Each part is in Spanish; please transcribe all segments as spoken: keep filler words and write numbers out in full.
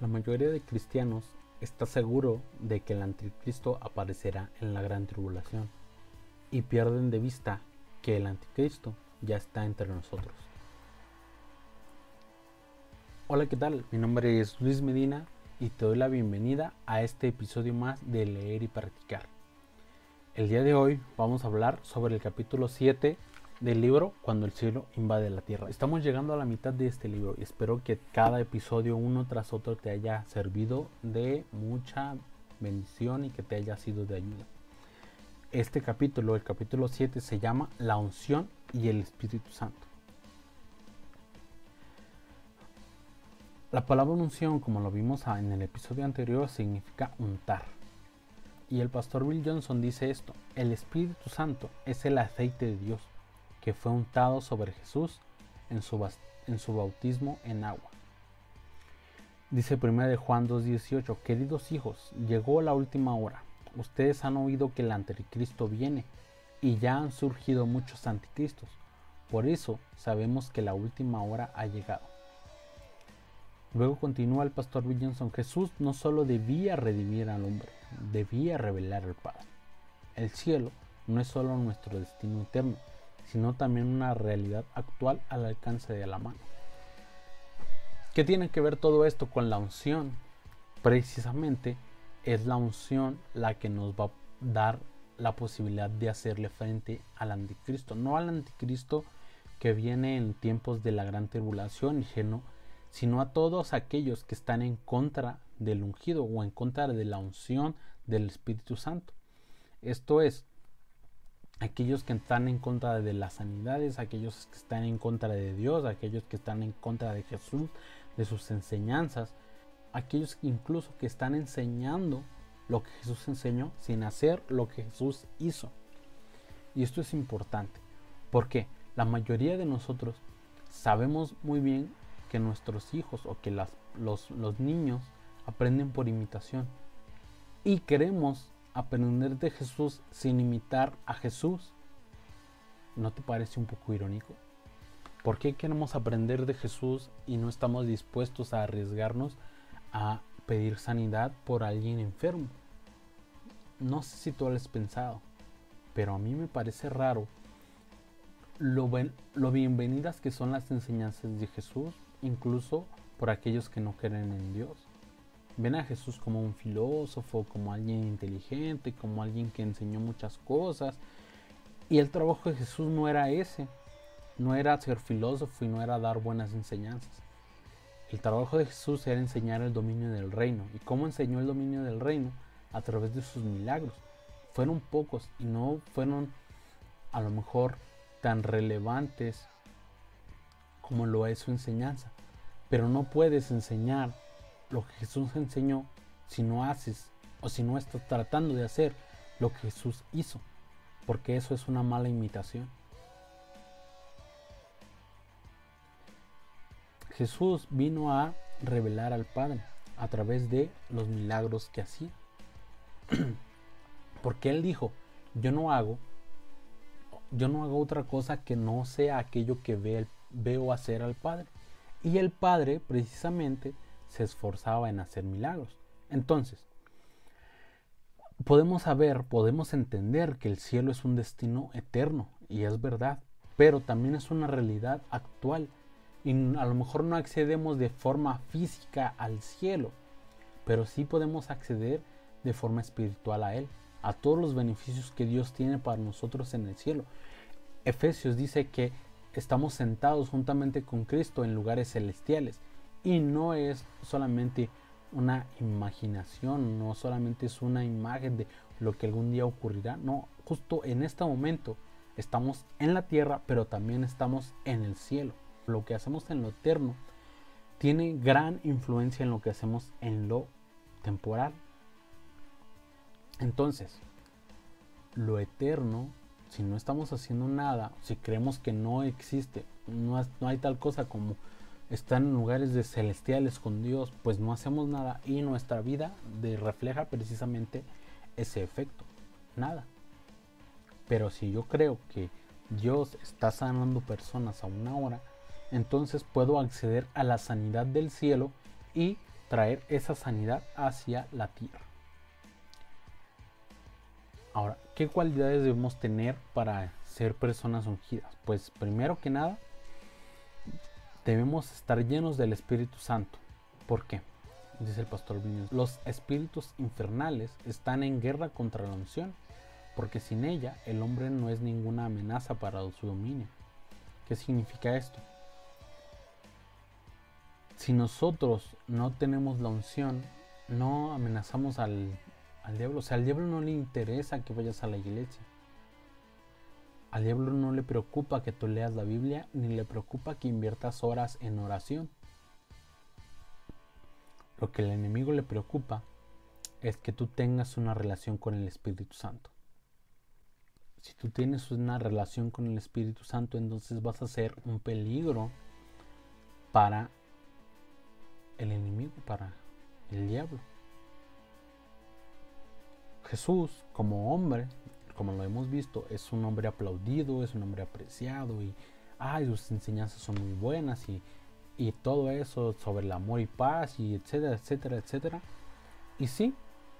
La mayoría de cristianos está seguro de que el anticristo aparecerá en la gran tribulación y pierden de vista que el anticristo ya está entre nosotros. Hola, ¿qué tal? Mi nombre es Luis Medina y te doy la bienvenida a este episodio más de Leer y Practicar. El día de hoy vamos a hablar sobre el capítulo siete del libro Cuando el cielo invade la tierra. Estamos llegando a la mitad de este libro y espero que cada episodio uno tras otro te haya servido de mucha bendición y que te haya sido de ayuda. Este capítulo, el capítulo siete, se llama La unción y el Espíritu Santo. La palabra unción, como lo vimos en el episodio anterior, significa untar. Y el pastor Bill Johnson dice esto: el Espíritu Santo es el aceite de Dios que fue untado sobre Jesús en su, en su bautismo en agua. Dice primera de Juan dos dieciocho: queridos hijos, llegó la última hora. Ustedes han oído que el anticristo viene y ya han surgido muchos anticristos. Por eso sabemos que la última hora ha llegado. Luego continúa el pastor Bill Johnson: Jesús no solo debía redimir al hombre, debía revelar al Padre. El cielo no es solo nuestro destino eterno, sino también una realidad actual al alcance de la mano. ¿Qué tiene que ver todo esto con la unción? Precisamente es la unción la que nos va a dar la posibilidad de hacerle frente al anticristo, no al anticristo que viene en tiempos de la gran tribulación, sino sino a todos aquellos que están en contra del ungido o en contra de la unción del Espíritu Santo. Esto es, aquellos que están en contra de las sanidades, aquellos que están en contra de Dios, aquellos que están en contra de Jesús, de sus enseñanzas, aquellos incluso que están enseñando lo que Jesús enseñó sin hacer lo que Jesús hizo. Y esto es importante, porque la mayoría de nosotros sabemos muy bien que nuestros hijos o que las, los, los niños aprenden por imitación y queremos aprender de Jesús sin imitar a Jesús. ¿No te parece un poco irónico? ¿Por qué queremos aprender de Jesús y no estamos dispuestos a arriesgarnos a pedir sanidad por alguien enfermo? No sé si tú lo has pensado, pero a mí me parece raro lo, ben, lo bienvenidas que son las enseñanzas de Jesús, incluso por aquellos que no creen en Dios. Ven a Jesús como un filósofo, como alguien inteligente, como alguien que enseñó muchas cosas. Y el trabajo de Jesús no era ese, no era ser filósofo y no era dar buenas enseñanzas. El trabajo de Jesús era enseñar el dominio del reino. ¿Y cómo enseñó el dominio del reino? A través de sus milagros. Fueron pocos y no fueron a lo mejor tan relevantes como lo es su enseñanza, pero no puedes enseñar lo que Jesús enseñó si no haces o si no estás tratando de hacer lo que Jesús hizo, porque eso es una mala imitación. Jesús vino a revelar al Padre a través de los milagros que hacía, porque Él dijo: yo no hago yo no hago otra cosa que no sea aquello que ve el veo hacer al Padre. Y el Padre precisamente se esforzaba en hacer milagros. Entonces, podemos saber, podemos entender que el cielo es un destino eterno, y es verdad, pero también es una realidad actual. Y a lo mejor no accedemos de forma física al cielo, pero sí podemos acceder de forma espiritual a Él, a todos los beneficios que Dios tiene para nosotros en el cielo. Efesios dice que estamos sentados juntamente con Cristo en lugares celestiales, y no es solamente una imaginación, no solamente es una imagen de lo que algún día ocurrirá. No, justo en este momento estamos en la tierra, pero también estamos en el cielo. Lo que hacemos en lo eterno tiene gran influencia en lo que hacemos en lo temporal. Entonces, lo eterno, si no estamos haciendo nada, si creemos que no existe, no, no hay tal cosa como estar en lugares de celestiales con Dios, pues no hacemos nada y nuestra vida de refleja precisamente ese efecto, nada. Pero si yo creo que Dios está sanando personas a una hora, entonces puedo acceder a la sanidad del cielo y traer esa sanidad hacia la tierra. Ahora, ¿qué cualidades debemos tener para ser personas ungidas? Pues primero que nada, debemos estar llenos del Espíritu Santo. ¿Por qué? Dice el pastor Viñas, los espíritus infernales están en guerra contra la unción, porque sin ella el hombre no es ninguna amenaza para su dominio. ¿Qué significa esto? Si nosotros no tenemos la unción, no amenazamos al, al diablo. O sea, al diablo no le interesa que vayas a la iglesia. Al diablo no le preocupa que tú leas la Biblia, ni le preocupa que inviertas horas en oración. Lo que al enemigo le preocupa es que tú tengas una relación con el Espíritu Santo. Si tú tienes una relación con el Espíritu Santo, entonces vas a ser un peligro para el enemigo, para el diablo. Jesús, como hombre, como lo hemos visto, es un hombre aplaudido, es un hombre apreciado y ay, sus enseñanzas son muy buenas y, y todo eso sobre el amor y paz y etcétera, etcétera, etcétera. Y sí,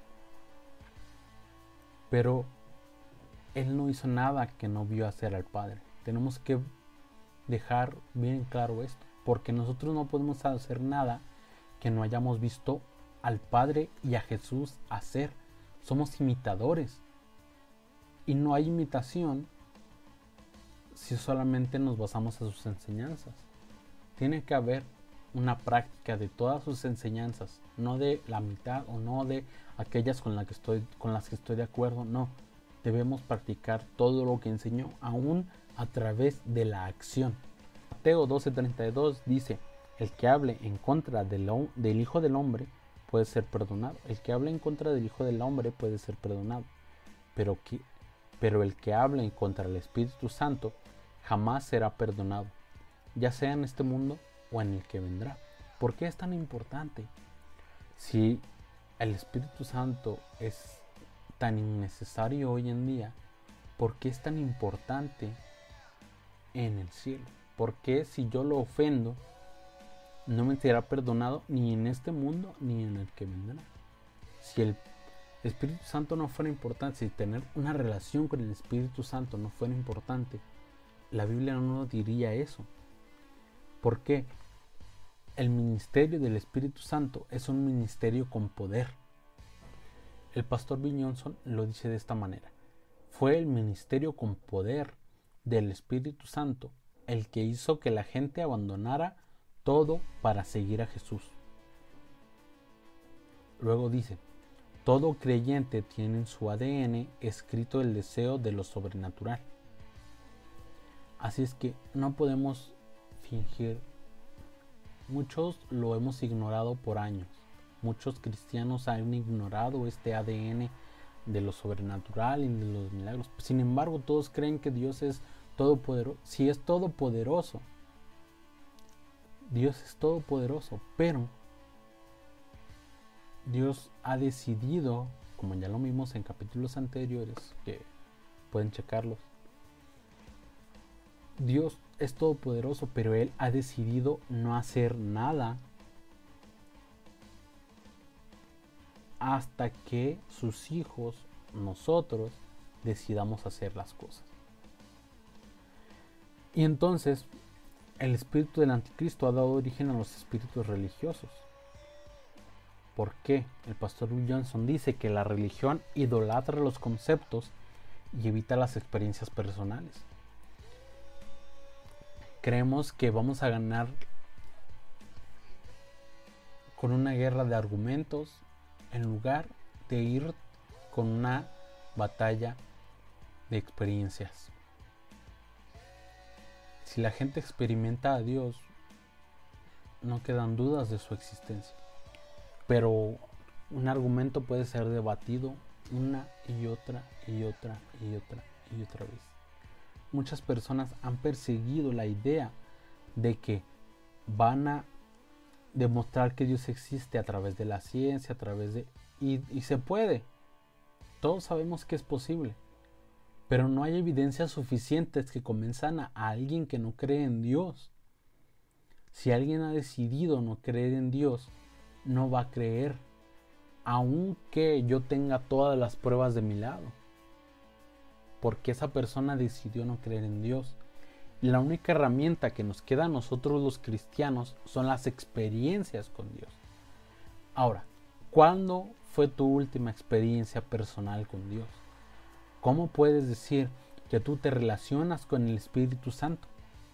pero él no hizo nada que no vio hacer al Padre. Tenemos que dejar bien claro esto, porque nosotros no podemos hacer nada que no hayamos visto al Padre y a Jesús hacer. Somos imitadores. Y no hay imitación si solamente nos basamos a sus enseñanzas. Tiene que haber una práctica de todas sus enseñanzas, no de la mitad o no de aquellas con, la que estoy, con las que estoy de acuerdo, no. Debemos practicar todo lo que enseñó, aún a través de la acción. Mateo doce treinta y dos dice, el que hable en contra del, del Hijo del Hombre puede ser perdonado. El que hable en contra del Hijo del Hombre puede ser perdonado. Pero, que, pero el que hable en contra del Espíritu Santo jamás será perdonado, ya sea en este mundo o en el que vendrá. ¿Por qué es tan importante? Si el Espíritu Santo es tan innecesario hoy en día, ¿por qué es tan importante en el cielo? ¿Por qué si yo lo ofendo no me será perdonado ni en este mundo ni en el que vendrá? Si el Espíritu Santo no fuera importante, si tener una relación con el Espíritu Santo no fuera importante, la Biblia no nos diría eso. ¿Por qué? El ministerio del Espíritu Santo es un ministerio con poder. El pastor Bill Johnson lo dice de esta manera: fue el ministerio con poder del Espíritu Santo el que hizo que la gente abandonara todo para seguir a Jesús. Luego dice, todo creyente tiene en su A D N escrito el deseo de lo sobrenatural. Así es que no podemos fingir. Muchos lo hemos ignorado por años. Muchos cristianos han ignorado este A D N de lo sobrenatural y de los milagros. Sin embargo, todos creen que Dios es todopoderoso. Sí, es todopoderoso. Dios es todopoderoso, pero Dios ha decidido, como ya lo vimos en capítulos anteriores, que pueden checarlos, Dios es todopoderoso, pero Él ha decidido no hacer nada hasta que sus hijos, nosotros, decidamos hacer las cosas. Y entonces, el espíritu del anticristo ha dado origen a los espíritus religiosos. ¿Por qué? El pastor Bill Johnson dice que la religión idolatra los conceptos y evita las experiencias personales. Creemos que vamos a ganar con una guerra de argumentos en lugar de ir con una batalla de experiencias. Si la gente experimenta a Dios, no quedan dudas de su existencia. Pero un argumento puede ser debatido una y otra y otra y otra y otra vez. Muchas personas han perseguido la idea de que van a demostrar que Dios existe a través de la ciencia, a través de... Y, y se puede. Todos sabemos que es posible. Pero no hay evidencias suficientes que convenzan a alguien que no cree en Dios. Si alguien ha decidido no creer en Dios, no va a creer, aunque yo tenga todas las pruebas de mi lado, porque esa persona decidió no creer en Dios. La única herramienta que nos queda a nosotros los cristianos son las experiencias con Dios. Ahora, ¿cuándo fue tu última experiencia personal con Dios? ¿Cómo puedes decir que tú te relacionas con el Espíritu Santo?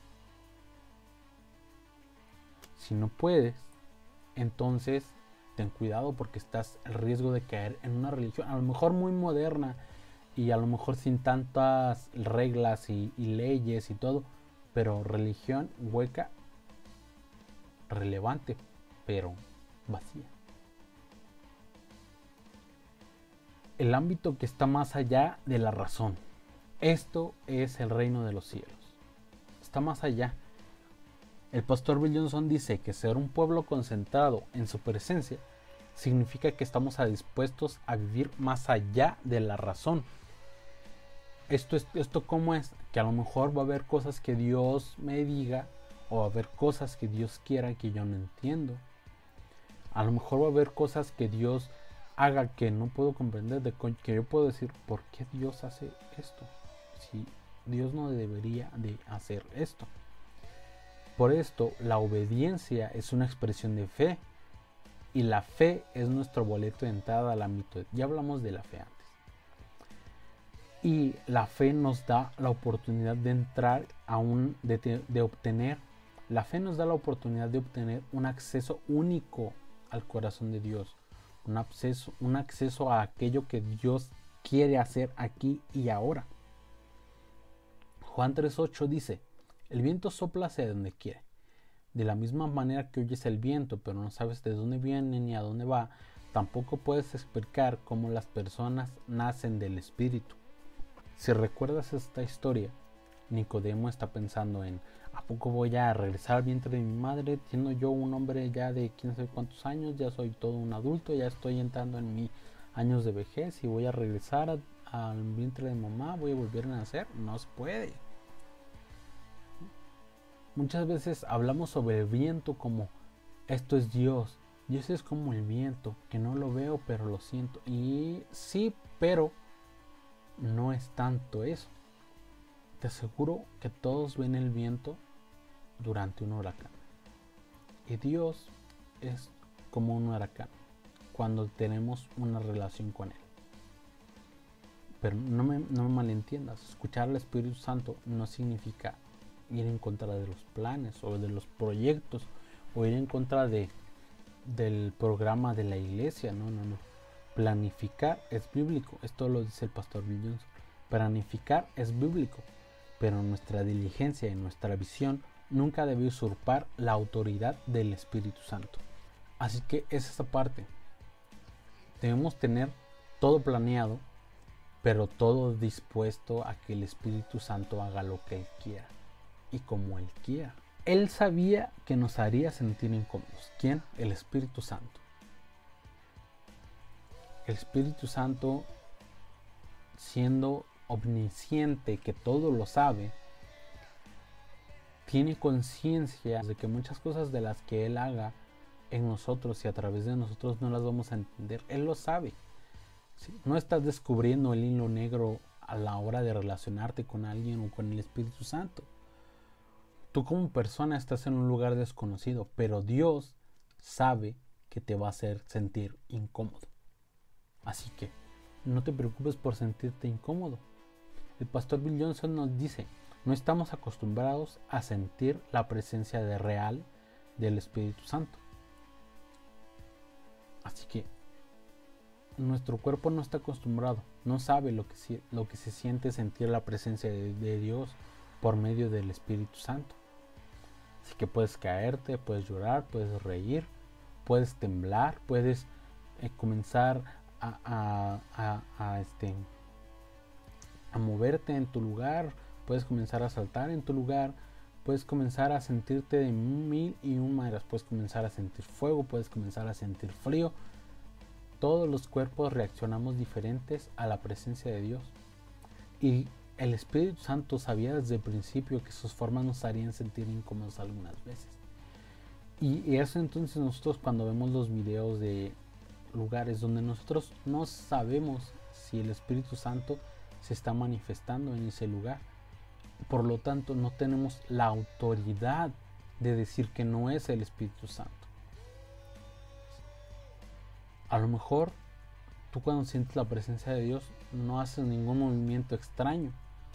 Si no puedes, entonces ten cuidado, porque estás al riesgo de caer en una religión, a lo mejor muy moderna y a lo mejor sin tantas reglas y, y leyes y todo, pero religión hueca, relevante, pero vacía. El ámbito que está más allá de la razón. Esto es el reino de los cielos. Está más allá. El pastor Bill Johnson dice que ser un pueblo concentrado en su presencia significa que estamos dispuestos a vivir más allá de la razón. Esto, es, esto ¿cómo es? Que a lo mejor va a haber cosas que Dios me diga, o va a haber cosas que Dios quiera que yo no entiendo. A lo mejor va a haber cosas que Dios haga que no puedo comprender, de que yo puedo decir, ¿por qué Dios hace esto? Si Dios no debería de hacer esto. Por esto, la obediencia es una expresión de fe, y la fe es nuestro boleto de entrada al ámbito. Ya hablamos de la fe antes. Y la fe nos da la oportunidad de entrar a un, de, de obtener, la fe nos da la oportunidad de obtener un acceso único al corazón de Dios, un acceso, un acceso a aquello que Dios quiere hacer aquí y ahora. Juan tres ocho dice: el viento sopla hacia donde quiere. De la misma manera que oyes el viento, pero no sabes de dónde viene ni a dónde va, tampoco puedes explicar cómo las personas nacen del Espíritu. Si recuerdas esta historia, Nicodemo está pensando en: ¿a poco voy a regresar al vientre de mi madre, siendo yo un hombre ya de quién sabe cuántos años? Ya soy todo un adulto, ya estoy entrando en mis años de vejez y voy a regresar a, al vientre de mamá, voy a volver a nacer. No se puede. Muchas veces hablamos sobre el viento como esto es Dios. Dios es como el viento, que no lo veo pero lo siento. Y sí, pero no es tanto eso. Te aseguro que todos ven el viento durante un huracán. Y Dios es como un huracán cuando tenemos una relación con Él. Pero no me, no me malentiendas. Escuchar al Espíritu Santo no significa ir en contra de los planes o de los proyectos, o ir en contra de, del programa de la iglesia. No, no, no. Planificar es bíblico. Esto lo dice el pastor Bill Johnson. Planificar es bíblico, pero nuestra diligencia y nuestra visión nunca debe usurpar la autoridad del Espíritu Santo. Así que es esa parte. Debemos tener todo planeado, pero todo dispuesto a que el Espíritu Santo haga lo que Él quiera y como Él quiera. Él sabía que nos haría sentir incómodos. ¿Quién? El Espíritu Santo. El Espíritu Santo, siendo omnisciente, que todo lo sabe, tiene conciencia de que muchas cosas de las que Él haga en nosotros y a través de nosotros no las vamos a entender. Él lo sabe. ¿Sí? No estás descubriendo el hilo negro a la hora de relacionarte con alguien o con el Espíritu Santo. Tú como persona estás en un lugar desconocido, pero Dios sabe que te va a hacer sentir incómodo. Así que no te preocupes por sentirte incómodo. El pastor Bill Johnson nos dice: no estamos acostumbrados a sentir la presencia de real del Espíritu Santo. Así que nuestro cuerpo no está acostumbrado, no sabe lo que, lo que se siente sentir la presencia de, de Dios por medio del Espíritu Santo. Así que puedes caerte, puedes llorar, puedes reír, puedes temblar, puedes eh, comenzar a, a, a, a, este, a moverte en tu lugar, puedes comenzar a saltar en tu lugar, puedes comenzar a sentirte de mil y un maneras, puedes comenzar a sentir fuego, puedes comenzar a sentir frío. Todos los cuerpos reaccionamos diferentes a la presencia de Dios. Y el Espíritu Santo sabía desde el principio que sus formas nos harían sentir incómodos algunas veces. Y eso entonces nosotros cuando vemos los videos de lugares donde nosotros no sabemos si el Espíritu Santo se está manifestando en ese lugar, por lo tanto no tenemos la autoridad de decir que no es el Espíritu Santo. A lo mejor tú cuando sientes la presencia de Dios no haces ningún movimiento extraño,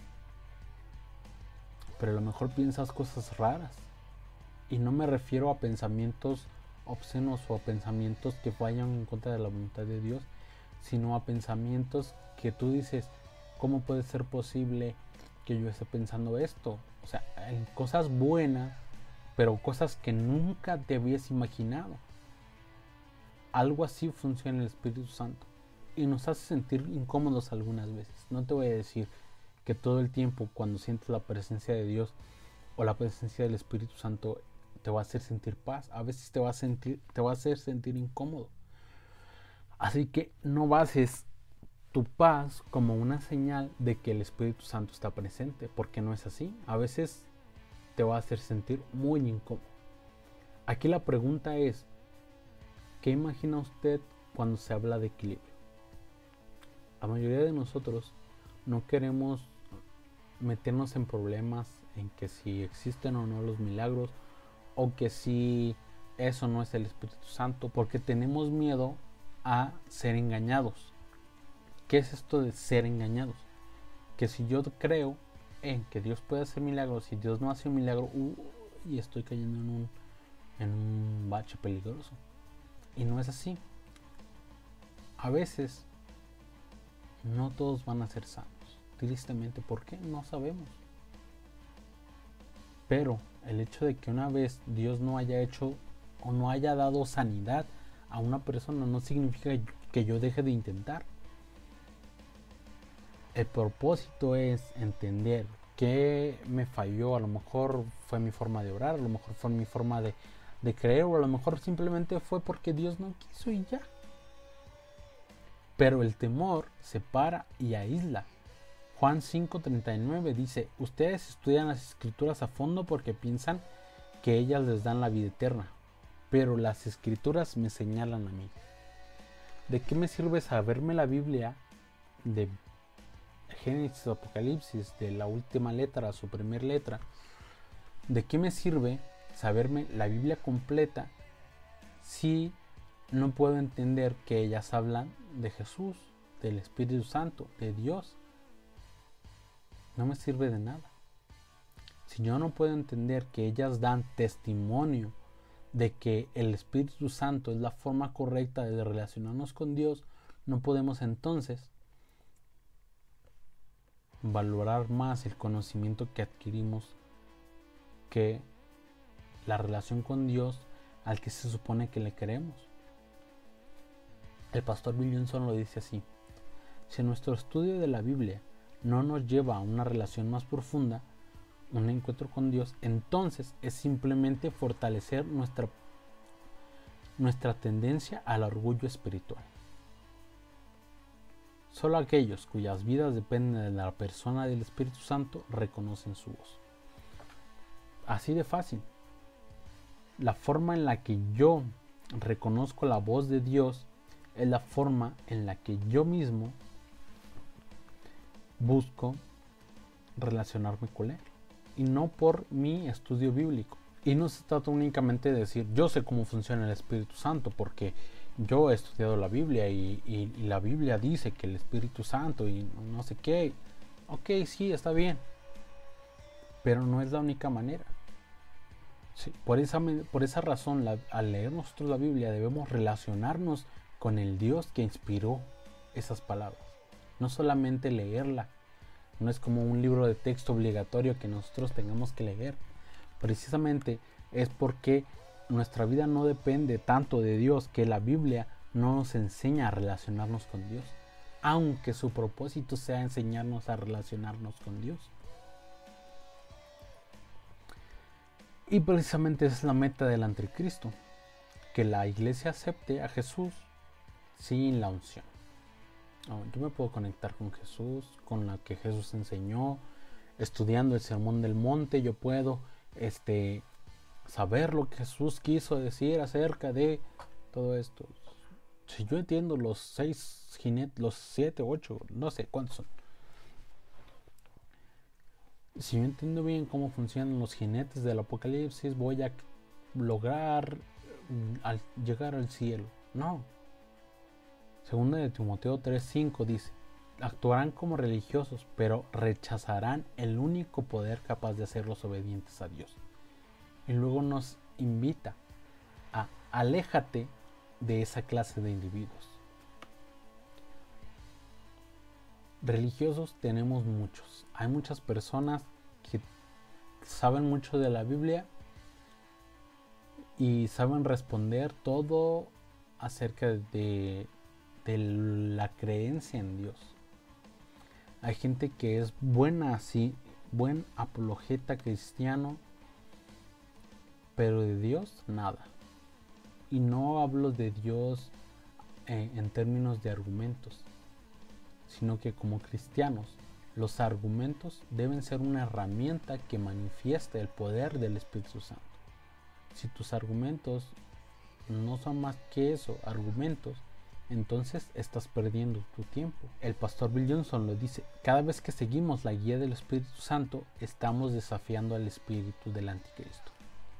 pero a lo mejor piensas cosas raras. Y no me refiero a pensamientos obscenos o a pensamientos que vayan en contra de la voluntad de Dios, sino a pensamientos que tú dices, ¿cómo puede ser posible que yo esté pensando esto? O sea, en cosas buenas, pero cosas que nunca te habías imaginado. Algo así funciona el Espíritu Santo y nos hace sentir incómodos algunas veces. No te voy a decir que todo el tiempo cuando sientes la presencia de Dios o la presencia del Espíritu Santo te va a hacer sentir paz. A veces te va a sentir, te va a hacer sentir incómodo. Así que no bases tu paz como una señal de que el Espíritu Santo está presente, porque no es así. A veces te va a hacer sentir muy incómodo. Aquí la pregunta es, ¿qué imagina usted cuando se habla de equilibrio? La mayoría de nosotros no queremos meternos en problemas en que si existen o no los milagros, o que si eso no es el Espíritu Santo, porque tenemos miedo a ser engañados. ¿Qué es esto de ser engañados? Que si yo creo en que Dios puede hacer milagros y Dios no hace un milagro, uh, y estoy cayendo en un, en un bache peligroso. Y no es así. A veces no todos van a ser sanos. Tristemente, ¿por qué? No sabemos. Pero el hecho de que una vez Dios no haya hecho o no haya dado sanidad a una persona no significa que yo deje de intentar. El propósito es entender qué me falló. A lo mejor fue mi forma de orar, a lo mejor fue mi forma de, de creer, o a lo mejor simplemente fue porque Dios no quiso y ya. Pero el temor separa y aísla. Juan cinco treinta y nueve dice, ustedes estudian las escrituras a fondo porque piensan que ellas les dan la vida eterna, pero las escrituras me señalan a mí. ¿De qué me sirve saberme la Biblia de Génesis o Apocalipsis, de la última letra a su primer letra? ¿De qué me sirve saberme la Biblia completa si no puedo entender que ellas hablan de Jesús, del Espíritu Santo, de Dios? No me sirve de nada. Si yo no puedo entender que ellas dan testimonio de que el Espíritu Santo es la forma correcta de relacionarnos con Dios, no podemos entonces valorar más el conocimiento que adquirimos que la relación con Dios al que se supone que le queremos. El pastor Bill Johnson lo dice así: si nuestro estudio de la Biblia no nos lleva a una relación más profunda, un encuentro con Dios, entonces es simplemente fortalecer nuestra, nuestra tendencia al orgullo espiritual. Solo aquellos cuyas vidas dependen de la persona del Espíritu Santo reconocen su voz. Así de fácil. La forma en la que yo reconozco la voz de Dios es la forma en la que yo mismo busco relacionarme con Él, y no por mi estudio bíblico. Y no se trata únicamente de decir yo sé cómo funciona el Espíritu Santo porque yo he estudiado la Biblia y, y, y la Biblia dice que el Espíritu Santo y no sé qué. Ok, sí, está bien, pero no es la única manera. Sí, por, esa, por esa razón, la, al leer nosotros la Biblia debemos relacionarnos con el Dios que inspiró esas palabras. No solamente leerla, no es como un libro de texto obligatorio que nosotros tengamos que leer. Precisamente es porque nuestra vida no depende tanto de Dios que la Biblia no nos enseña a relacionarnos con Dios, aunque su propósito sea enseñarnos a relacionarnos con Dios. Y precisamente esa es la meta del anticristo, que la iglesia acepte a Jesús sin la unción. Oh, yo me puedo conectar con Jesús, con la que Jesús enseñó, estudiando el Sermón del Monte. Yo puedo este, saber lo que Jesús quiso decir acerca de todo esto. Si yo entiendo los seis jinetes, los siete, ocho, no sé cuántos son. Si yo entiendo bien cómo funcionan los jinetes del Apocalipsis, voy a lograr al llegar al cielo. No. Segunda de Timoteo tres cinco dice: actuarán como religiosos, pero rechazarán el único poder capaz de hacerlos obedientes a Dios. Y luego nos invita a aléjate de esa clase de individuos. Religiosos tenemos muchos. Hay muchas personas que saben mucho de la Biblia y saben responder todo acerca de, de la creencia en Dios. Hay gente que es buena así, buen apologeta cristiano, pero de Dios nada. Y no hablo de Dios eh, en términos de argumentos, sino que como cristianos, los argumentos deben ser una herramienta que manifieste el poder del Espíritu Santo. Si tus argumentos no son más que eso, argumentos, entonces estás perdiendo tu tiempo. El pastor Bill Johnson lo dice: cada vez que seguimos la guía del Espíritu Santo, estamos desafiando al espíritu del anticristo.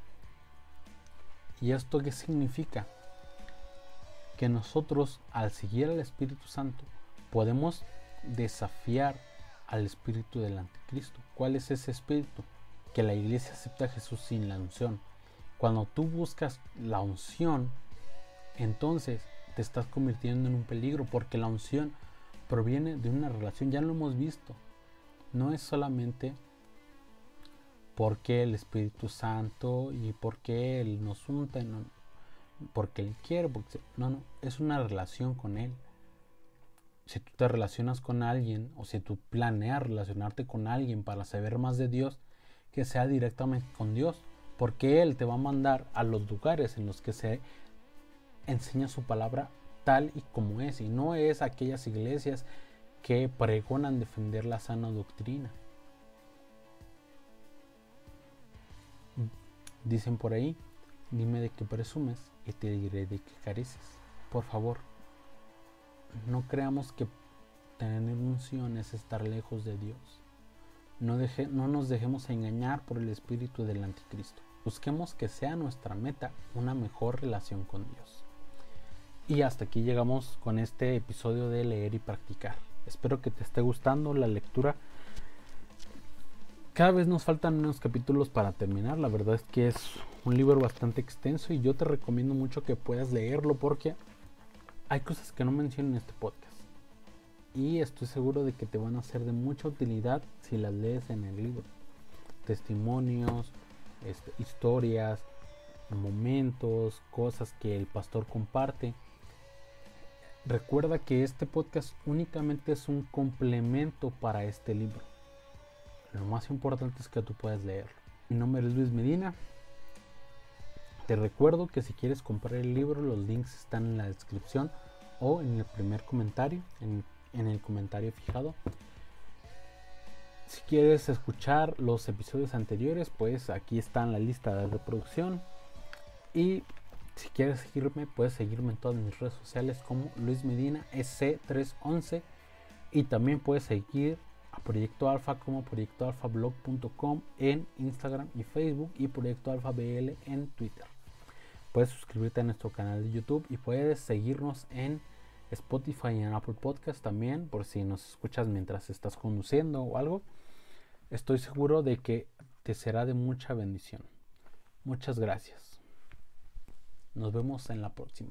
¿Y esto qué significa? Que nosotros, al seguir al Espíritu Santo, podemos desafiar al espíritu del anticristo. ¿Cuál es ese espíritu? Que la iglesia acepta a Jesús sin la unción. Cuando tú buscas la unción, entonces te estás convirtiendo en un peligro, porque la unción proviene de una relación. Ya lo hemos visto. No es solamente porque el Espíritu Santo y porque Él nos unta, no, porque Él quiere, porque, no, no, es una relación con Él. Si tú te relacionas con alguien, o si tú planeas relacionarte con alguien para saber más de Dios, que sea directamente con Dios, porque Él te va a mandar a los lugares en los que se enseña su palabra tal y como es, y no es aquellas iglesias que pregonan defender la sana doctrina. Dicen por ahí: dime de qué presumes y te diré de qué careces. Por favor, no creamos que tener unción es estar lejos de Dios. No, deje, no nos dejemos engañar por el espíritu del anticristo. Busquemos que sea nuestra meta una mejor relación con Dios. Y hasta aquí llegamos con este episodio de Leer y Practicar. Espero que te esté gustando la lectura. Cada vez nos faltan unos capítulos para terminar. La verdad es que es un libro bastante extenso y yo te recomiendo mucho que puedas leerlo, porque hay cosas que no menciono en este podcast y estoy seguro de que te van a ser de mucha utilidad si las lees en el libro. Testimonios, este, historias, momentos, cosas que el pastor comparte. Recuerda que este podcast únicamente es un complemento para este libro. Lo más importante es que tú puedas leerlo. Mi nombre es Luis Medina. Te recuerdo que si quieres comprar el libro, los links están en la descripción o en el primer comentario, en, en el comentario fijado. Si quieres escuchar los episodios anteriores, pues aquí está en la lista de reproducción. Y si quieres seguirme, puedes seguirme en todas mis redes sociales como Luis Medina E C trescientos once. Y también puedes seguir a Proyecto Alfa como proyecto alfa blog punto com en Instagram y Facebook, y Proyecto Alfa B L en Twitter. Puedes suscribirte a nuestro canal de YouTube y puedes seguirnos en Spotify y en Apple Podcast también, por si nos escuchas mientras estás conduciendo o algo. Estoy seguro de que te será de mucha bendición. Muchas gracias. Nos vemos en la próxima.